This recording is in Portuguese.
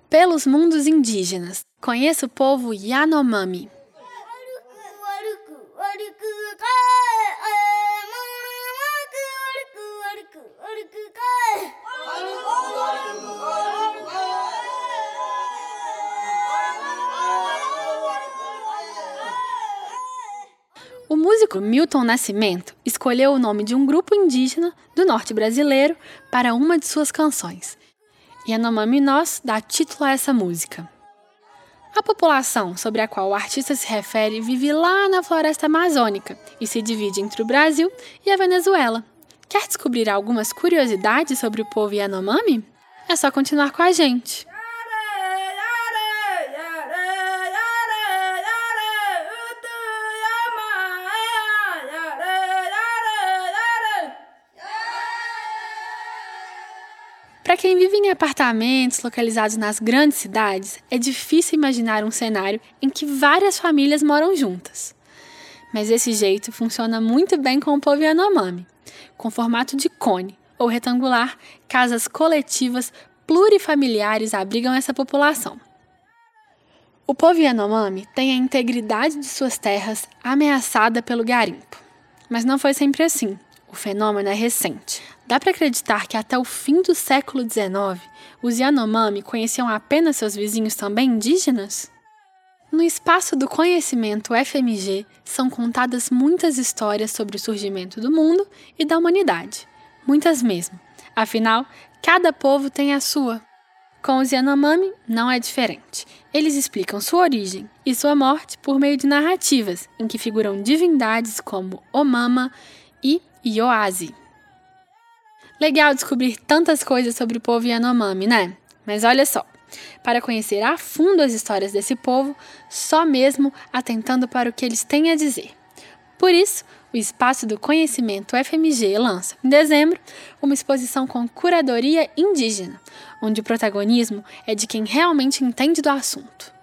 Pelos mundos indígenas, conheça o povo Yanomami. O músico Milton Nascimento escolheu o nome de um grupo indígena do norte brasileiro para uma de suas canções. Yanomami Nós dá título a essa música. A população sobre a qual o artista se refere vive lá na floresta amazônica e se divide entre o Brasil e a Venezuela. Quer descobrir algumas curiosidades sobre o povo Yanomami? É só continuar com a gente. Para quem vive em apartamentos localizados nas grandes cidades, é difícil imaginar um cenário em que várias famílias moram juntas. Mas esse jeito funciona muito bem com o povo Yanomami. Com formato de cone ou retangular, casas coletivas plurifamiliares abrigam essa população. O povo Yanomami tem a integridade de suas terras ameaçada pelo garimpo. Mas não foi sempre assim. O fenômeno é recente. Dá para acreditar que até o fim do século XIX, os Yanomami conheciam apenas seus vizinhos também indígenas? No Espaço do Conhecimento FMG, são contadas muitas histórias sobre o surgimento do mundo e da humanidade. Muitas mesmo. Afinal, cada povo tem a sua. Com os Yanomami, não é diferente. Eles explicam sua origem e sua morte por meio de narrativas, em que figuram divindades como Omama e Ioase. Legal descobrir tantas coisas sobre o povo Yanomami, né? Mas olha só, para conhecer a fundo as histórias desse povo, só mesmo atentando para o que eles têm a dizer. Por isso, o Espaço do Conhecimento FMG lança, em dezembro, uma exposição com curadoria indígena, onde o protagonismo é de quem realmente entende do assunto.